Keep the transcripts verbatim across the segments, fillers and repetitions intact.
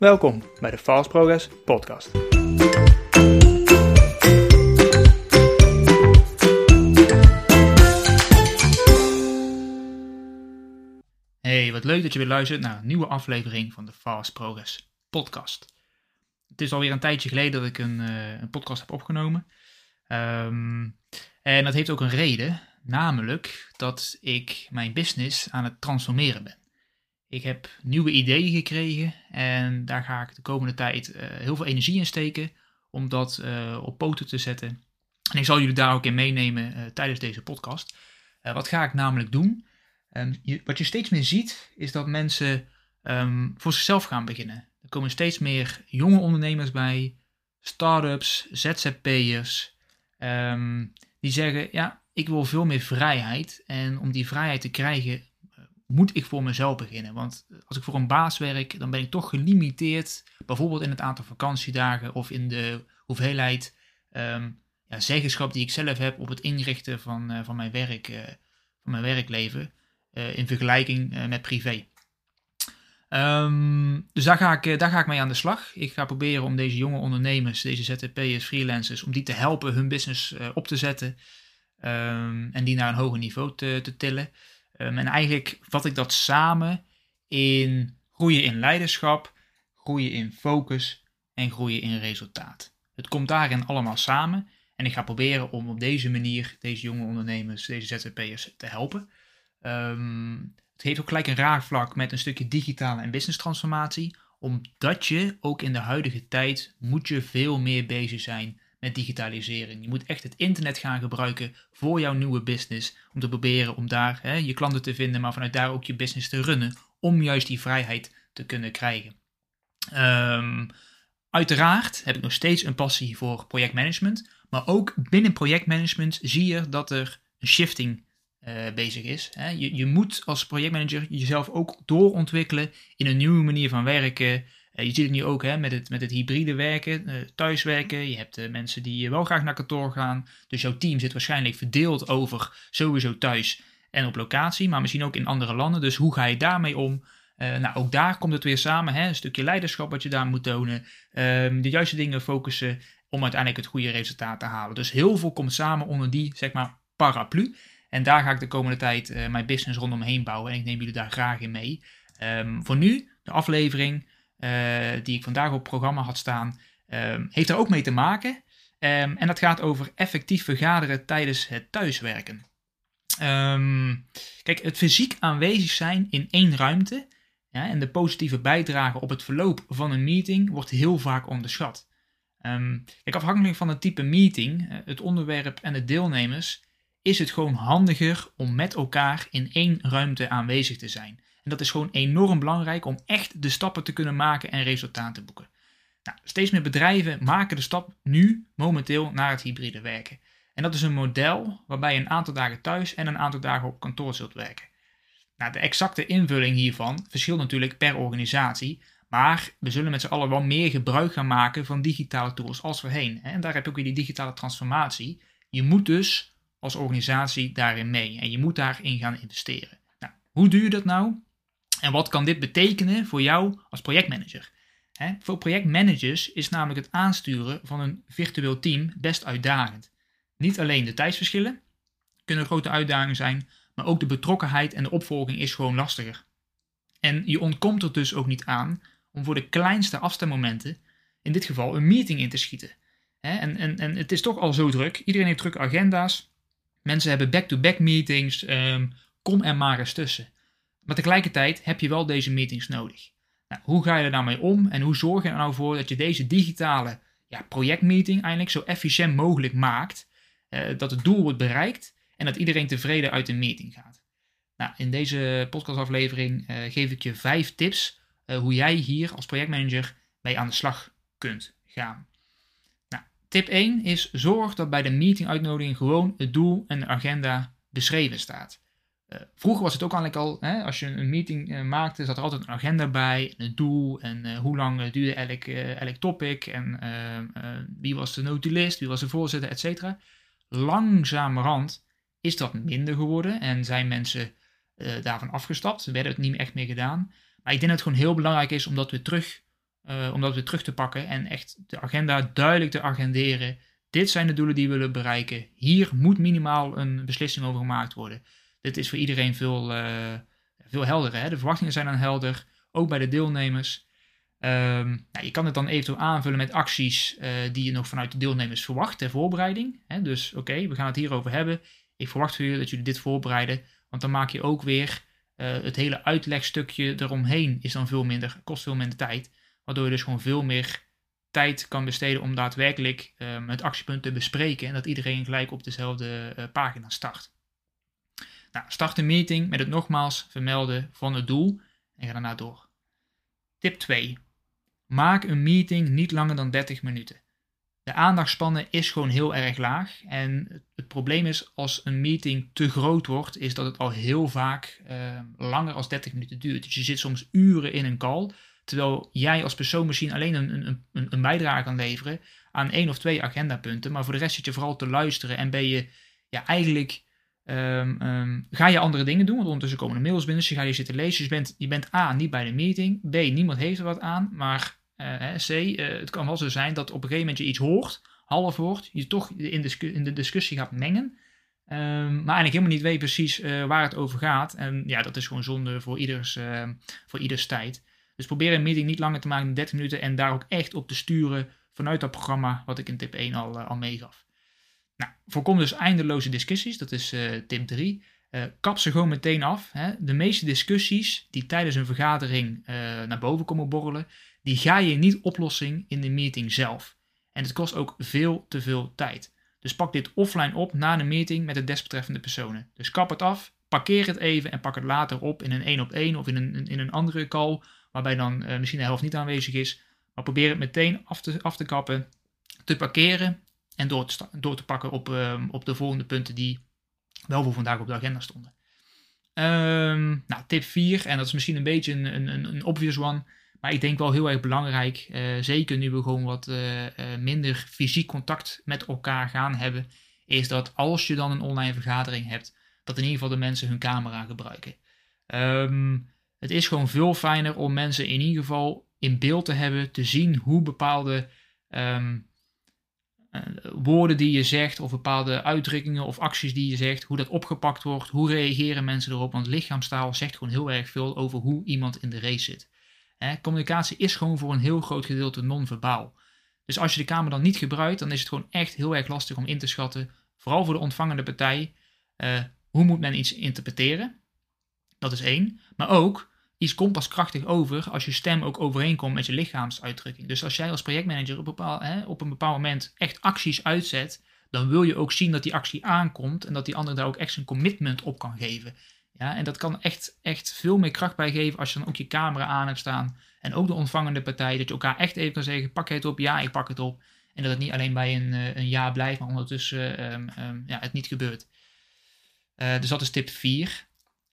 Welkom bij de Fast Progress podcast. Hey, wat leuk dat je weer luistert naar een nieuwe aflevering van de Fast Progress podcast. Het is alweer een tijdje geleden dat ik een, uh, een podcast heb opgenomen. Um, en dat heeft ook een reden, namelijk dat ik mijn business aan het transformeren ben. Ik heb nieuwe ideeën gekregen en daar ga ik de komende tijd uh, heel veel energie in steken om dat uh, op poten te zetten. En ik zal jullie daar ook in meenemen uh, tijdens deze podcast. Uh, wat ga ik namelijk doen? Um, je, wat je steeds meer ziet is dat mensen um, voor zichzelf gaan beginnen. Er komen steeds meer jonge ondernemers bij, start-ups, Z Z P'ers, um, die zeggen ja, ik wil veel meer vrijheid en om die vrijheid te krijgen moet ik voor mezelf beginnen. Want als ik voor een baas werk, dan ben ik toch gelimiteerd, bijvoorbeeld in het aantal vakantiedagen of in de hoeveelheid um, ja, zeggenschap die ik zelf heb op het inrichten van, uh, van, mijn, werk, uh, van mijn werkleven uh, in vergelijking uh, met privé. Um, dus daar ga, ik, uh, daar ga ik mee aan de slag. Ik ga proberen om deze jonge ondernemers, deze Z Z P'ers, freelancers, om die te helpen hun business uh, op te zetten um, en die naar een hoger niveau te, te tillen. Um, en eigenlijk vat ik dat samen in groeien in leiderschap, groeien in focus en groeien in resultaat. Het komt daarin allemaal samen en ik ga proberen om op deze manier deze jonge ondernemers, deze Z Z P'ers te helpen. Um, het heeft ook gelijk een raakvlak met een stukje digitale en business transformatie, omdat je ook in de huidige tijd moet je veel meer bezig zijn met digitalisering. Je moet echt het internet gaan gebruiken voor jouw nieuwe business. Om te proberen om daar hè, je klanten te vinden, maar vanuit daar ook je business te runnen. Om juist die vrijheid te kunnen krijgen. Um, uiteraard heb ik nog steeds een passie voor projectmanagement. Maar ook binnen projectmanagement zie je dat er een shifting uh, bezig is. Hè. Je, je moet als projectmanager jezelf ook doorontwikkelen in een nieuwe manier van werken. Uh, je ziet het nu ook hè, met, het, met het hybride werken, uh, thuiswerken. Je hebt uh, mensen die wel graag naar kantoor gaan. Dus jouw team zit waarschijnlijk verdeeld over sowieso thuis en op locatie. Maar misschien ook in andere landen. Dus hoe ga je daarmee om? Uh, nou, ook daar komt het weer samen. Hè? Een stukje leiderschap wat je daar moet tonen. Uh, de juiste dingen focussen om uiteindelijk het goede resultaat te halen. Dus heel veel komt samen onder die zeg maar paraplu. En daar ga ik de komende tijd uh, mijn business rondomheen bouwen. En ik neem jullie daar graag in mee. Um, voor nu, de aflevering Uh, die ik vandaag op het programma had staan, um, heeft er ook mee te maken. Um, en dat gaat over effectief vergaderen tijdens het thuiswerken. Um, kijk, het fysiek aanwezig zijn in één ruimte ja, en de positieve bijdrage op het verloop van een meeting wordt heel vaak onderschat. Um, kijk, afhankelijk van het type meeting, het onderwerp en de deelnemers, is het gewoon handiger om met elkaar in één ruimte aanwezig te zijn. En dat is gewoon enorm belangrijk om echt de stappen te kunnen maken en resultaten te boeken. Nou, steeds meer bedrijven maken de stap nu momenteel naar het hybride werken. En dat is een model waarbij je een aantal dagen thuis en een aantal dagen op kantoor zult werken. Nou, de exacte invulling hiervan verschilt natuurlijk per organisatie. Maar we zullen met z'n allen wel meer gebruik gaan maken van digitale tools als voorheen. En daar heb je ook weer die digitale transformatie. Je moet dus als organisatie daarin mee. En je moet daarin gaan investeren. Nou, hoe doe je dat nou? En wat kan dit betekenen voor jou als projectmanager? He, voor projectmanagers is namelijk het aansturen van een virtueel team best uitdagend. Niet alleen de tijdsverschillen kunnen een grote uitdaging zijn, maar ook de betrokkenheid en de opvolging is gewoon lastiger. En je ontkomt er dus ook niet aan om voor de kleinste afstemmomenten, in dit geval een meeting in te schieten. He, en, en, en het is toch al zo druk, iedereen heeft drukke agenda's, mensen hebben back-to-back meetings, um, kom er maar eens tussen. Maar tegelijkertijd heb je wel deze meetings nodig. Nou, hoe ga je er nou mee om en hoe zorg je er nou voor dat je deze digitale ja, projectmeeting eigenlijk zo efficiënt mogelijk maakt, uh, dat het doel wordt bereikt en dat iedereen tevreden uit de meeting gaat. Nou, in deze podcastaflevering uh, geef ik je vijf tips uh, hoe jij hier als projectmanager mee aan de slag kunt gaan. Nou, tip één is zorg dat bij de meetinguitnodiging gewoon het doel en de agenda beschreven staat. Uh, vroeger was het ook eigenlijk al, hè, als je een meeting uh, maakte, zat er altijd een agenda bij, een doel en uh, hoe lang uh, duurde elk, uh, elk topic en uh, uh, wie was de notulist, wie was de voorzitter, et cetera. Langzamerhand is dat minder geworden en zijn mensen uh, daarvan afgestapt, werden het niet meer echt meer gedaan. Maar ik denk dat het gewoon heel belangrijk is om dat weer terug uh, om dat weer terug te pakken en echt de agenda duidelijk te agenderen. Dit zijn de doelen die we willen bereiken. Hier moet minimaal een beslissing over gemaakt worden. Dit is voor iedereen veel, uh, veel helderder. Hè? De verwachtingen zijn dan helder, ook bij de deelnemers. Um, nou, je kan het dan eventueel aanvullen met acties uh, die je nog vanuit de deelnemers verwacht ter voorbereiding. Hè? Dus oké, okay, we gaan het hierover hebben. Ik verwacht van jullie dat jullie dit voorbereiden. Want dan maak je ook weer uh, het hele uitlegstukje eromheen is dan veel minder, kost veel minder tijd. Waardoor je dus gewoon veel meer tijd kan besteden om daadwerkelijk um, het actiepunt te bespreken. En dat iedereen gelijk op dezelfde uh, pagina start. Nou, start een meeting met het nogmaals vermelden van het doel. En ga daarna door. Tip twee. Maak een meeting niet langer dan dertig minuten. De aandachtspannen is gewoon heel erg laag. En het probleem is als een meeting te groot wordt, is dat het al heel vaak uh, langer dan dertig minuten duurt. Dus je zit soms uren in een call, terwijl jij als persoon misschien alleen een, een, een, een bijdrage kan leveren aan één of twee agendapunten. Maar voor de rest zit je vooral te luisteren en ben je ja, eigenlijk... Um, um, ga je andere dingen doen, want ondertussen komen er mails binnen, dus je gaat hier zitten lezen. Dus je bent, je bent A, niet bij de meeting. B, niemand heeft er wat aan. Maar uh, C, uh, het kan wel zo zijn dat op een gegeven moment je iets hoort, half hoort, je toch in, discu- in de discussie gaat mengen. Um, maar eigenlijk helemaal niet weet precies uh, waar het over gaat. En ja, dat is gewoon zonde voor ieders, uh, voor ieders tijd. Dus probeer een meeting niet langer te maken dan dertig minuten en daar ook echt op te sturen vanuit dat programma wat ik in tip één al, uh, al meegaf. Nou, voorkom dus eindeloze discussies, dat is uh, tip drie. Uh, kap ze gewoon meteen af. Hè. De meeste discussies die tijdens een vergadering uh, naar boven komen borrelen, die ga je niet oplossen in de meeting zelf. En het kost ook veel te veel tijd. Dus pak dit offline op na de meeting met de desbetreffende personen. Dus kap het af, parkeer het even en pak het later op in een één op één of in een, in een andere call, waarbij dan uh, misschien de helft niet aanwezig is. Maar probeer het meteen af te, af te kappen, te parkeren en door te, door te pakken op, um, op de volgende punten die wel voor vandaag op de agenda stonden. Um, nou, tip vier, en dat is misschien een beetje een, een, een obvious one, maar ik denk wel heel erg belangrijk, uh, zeker nu we gewoon wat uh, uh, minder fysiek contact met elkaar gaan hebben, is dat als je dan een online vergadering hebt, dat in ieder geval de mensen hun camera gebruiken. Um, het is gewoon veel fijner om mensen in ieder geval in beeld te hebben, te zien hoe bepaalde um, uh, woorden die je zegt, of bepaalde uitdrukkingen of acties die je zegt, hoe dat opgepakt wordt, hoe reageren mensen erop, want lichaamstaal zegt gewoon heel erg veel over hoe iemand in de race zit. Hè, communicatie is gewoon voor een heel groot gedeelte non-verbaal. Dus als je de camera dan niet gebruikt, dan is het gewoon echt heel erg lastig om in te schatten, vooral voor de ontvangende partij, uh, hoe moet men iets interpreteren? Dat is één. Maar ook, iets komt pas krachtig over als je stem ook overeenkomt met je lichaamsuitdrukking. Dus als jij als projectmanager op, bepaal, hè, op een bepaald moment echt acties uitzet, dan wil je ook zien dat die actie aankomt en dat die ander daar ook echt zijn commitment op kan geven. Ja, en dat kan echt, echt veel meer kracht bij geven als je dan ook je camera aan hebt staan. En ook de ontvangende partij, dat je elkaar echt even kan zeggen, pak je het op? Ja, ik pak het op. En dat het niet alleen bij een, een ja blijft, maar ondertussen um, um, ja, het niet gebeurt. Uh, dus dat is tip vier.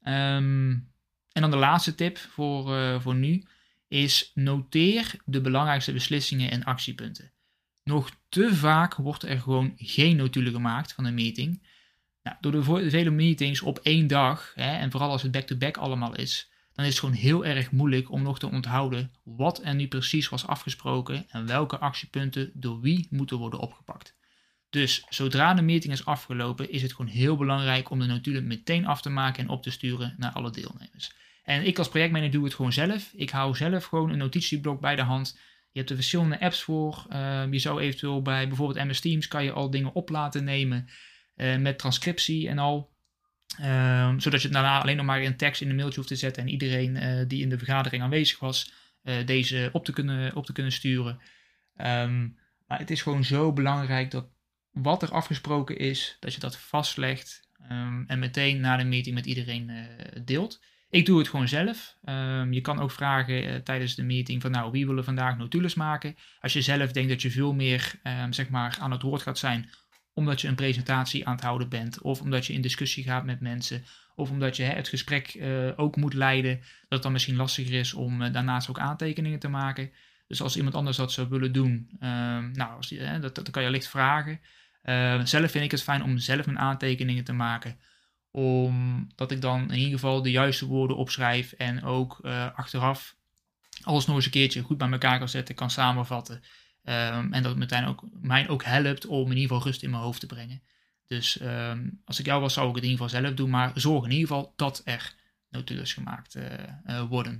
Um, en dan de laatste tip voor, uh, voor nu is noteer de belangrijkste beslissingen en actiepunten. Nog te vaak wordt er gewoon geen notulen gemaakt van een meeting. Nou, door de, vo- de vele meetings op één dag, hè, en vooral als het back-to-back allemaal is, dan is het gewoon heel erg moeilijk om nog te onthouden wat er nu precies was afgesproken en welke actiepunten door wie moeten worden opgepakt. Dus zodra de meeting is afgelopen, is het gewoon heel belangrijk om de notulen meteen af te maken en op te sturen naar alle deelnemers. En ik als projectmanager doe het gewoon zelf. Ik hou zelf gewoon een notitieblok bij de hand. Je hebt er verschillende apps voor. Uh, je zou eventueel bij bijvoorbeeld M S Teams kan je al dingen op laten nemen uh, met transcriptie en al. Uh, zodat je het daarna alleen nog maar in tekst in een mailtje hoeft te zetten en iedereen uh, die in de vergadering aanwezig was, uh, deze op te kunnen, op te kunnen sturen. Um, maar het is gewoon zo belangrijk dat wat er afgesproken is, dat je dat vastlegt um, en meteen na de meeting met iedereen uh, deelt. Ik doe het gewoon zelf. Um, je kan ook vragen uh, tijdens de meeting van nou, wie willen vandaag notules maken? Als je zelf denkt dat je veel meer um, zeg maar aan het woord gaat zijn, omdat je een presentatie aan het houden bent, of omdat je in discussie gaat met mensen, of omdat je hè, het gesprek uh, ook moet leiden, dat het dan misschien lastiger is om uh, daarnaast ook aantekeningen te maken. Dus als iemand anders dat zou willen doen, um, nou, als die, hè, dat, dat kan je licht vragen. Uh, zelf vind ik het fijn om zelf mijn aantekeningen te maken, omdat ik dan in ieder geval de juiste woorden opschrijf en ook uh, achteraf alles nog eens een keertje goed bij elkaar kan zetten, kan samenvatten. Um, en dat het meteen ook, mij ook helpt om in ieder geval rust in mijn hoofd te brengen. Dus um, als ik jou was, zou ik het in ieder geval zelf doen. Maar zorg in ieder geval dat er notules gemaakt uh, uh, worden.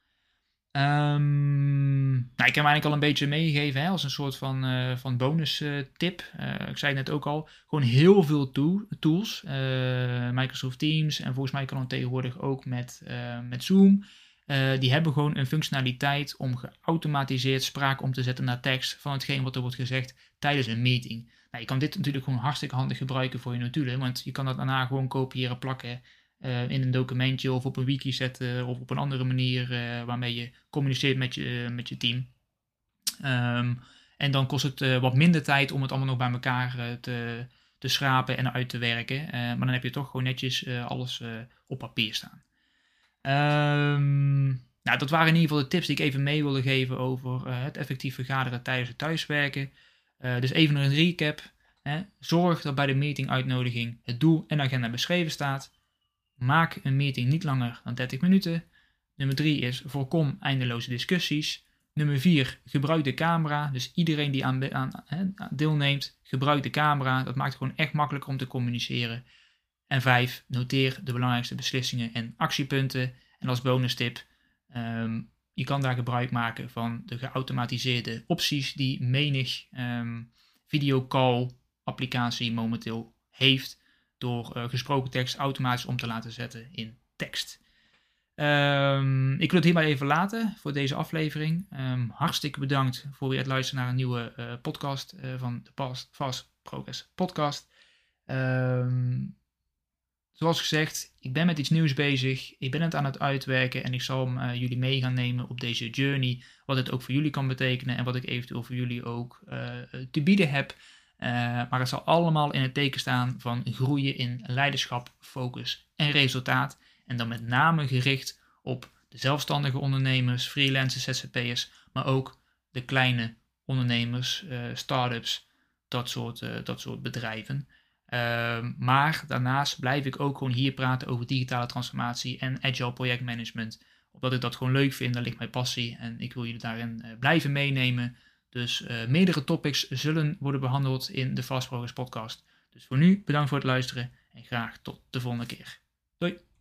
Um, nou, ik heb hem eigenlijk al een beetje meegegeven hè, als een soort van, uh, van bonus uh, tip. Uh, ik zei het net ook al, gewoon heel veel tool, tools. Uh, Microsoft Teams en volgens mij kan het tegenwoordig ook met, uh, met Zoom. Uh, die hebben gewoon een functionaliteit om geautomatiseerd spraak om te zetten naar tekst van hetgeen wat er wordt gezegd tijdens een meeting. Nou, je kan dit natuurlijk gewoon hartstikke handig gebruiken voor je notulen, want je kan dat daarna gewoon kopiëren, plakken uh, in een documentje of op een wiki zetten of op een andere manier uh, waarmee je communiceert met je, uh, met je team. Um, en dan kost het uh, wat minder tijd om het allemaal nog bij elkaar uh, te, te schrapen en uit te werken. Uh, maar dan heb je toch gewoon netjes uh, alles uh, op papier staan. Um, nou, dat waren in ieder geval de tips die ik even mee wilde geven over uh, het effectief vergaderen tijdens het thuiswerken. Uh, dus even een recap. Hè. Zorg dat bij de meetinguitnodiging het doel en agenda beschreven staat. Maak een meeting niet langer dan dertig minuten. Nummer drie is voorkom eindeloze discussies. Nummer vier, gebruik de camera. Dus iedereen die aan, aan, aan deelneemt, gebruik de camera. Dat maakt het gewoon echt makkelijker om te communiceren. En vijf, noteer de belangrijkste beslissingen en actiepunten. En als bonus tip, um, je kan daar gebruik maken van de geautomatiseerde opties die menig um, videocall applicatie momenteel heeft. Door uh, gesproken tekst automatisch om te laten zetten in tekst. Um, ik wil het hierbij even laten voor deze aflevering. Um, hartstikke bedankt voor weer het luisteren naar een nieuwe uh, podcast uh, van de Fast, Fast Progress podcast. Um, zoals gezegd, ik ben met iets nieuws bezig. Ik ben het aan het uitwerken en ik zal hem, uh, jullie mee gaan nemen op deze journey. Wat het ook voor jullie kan betekenen en wat ik eventueel voor jullie ook uh, te bieden heb. Uh, maar het zal allemaal in het teken staan van groeien in leiderschap, focus en resultaat. En dan met name gericht op de zelfstandige ondernemers, freelancers, Z Z P'ers, maar ook de kleine ondernemers, uh, start-ups, dat soort, uh, dat soort bedrijven. Uh, maar daarnaast blijf ik ook gewoon hier praten over digitale transformatie en agile projectmanagement. Omdat ik dat gewoon leuk vind, daar ligt mijn passie en ik wil jullie daarin uh, blijven meenemen. Dus uh, meerdere topics zullen worden behandeld in de Fast Progress podcast. Dus voor nu bedankt voor het luisteren en graag tot de volgende keer. Doei!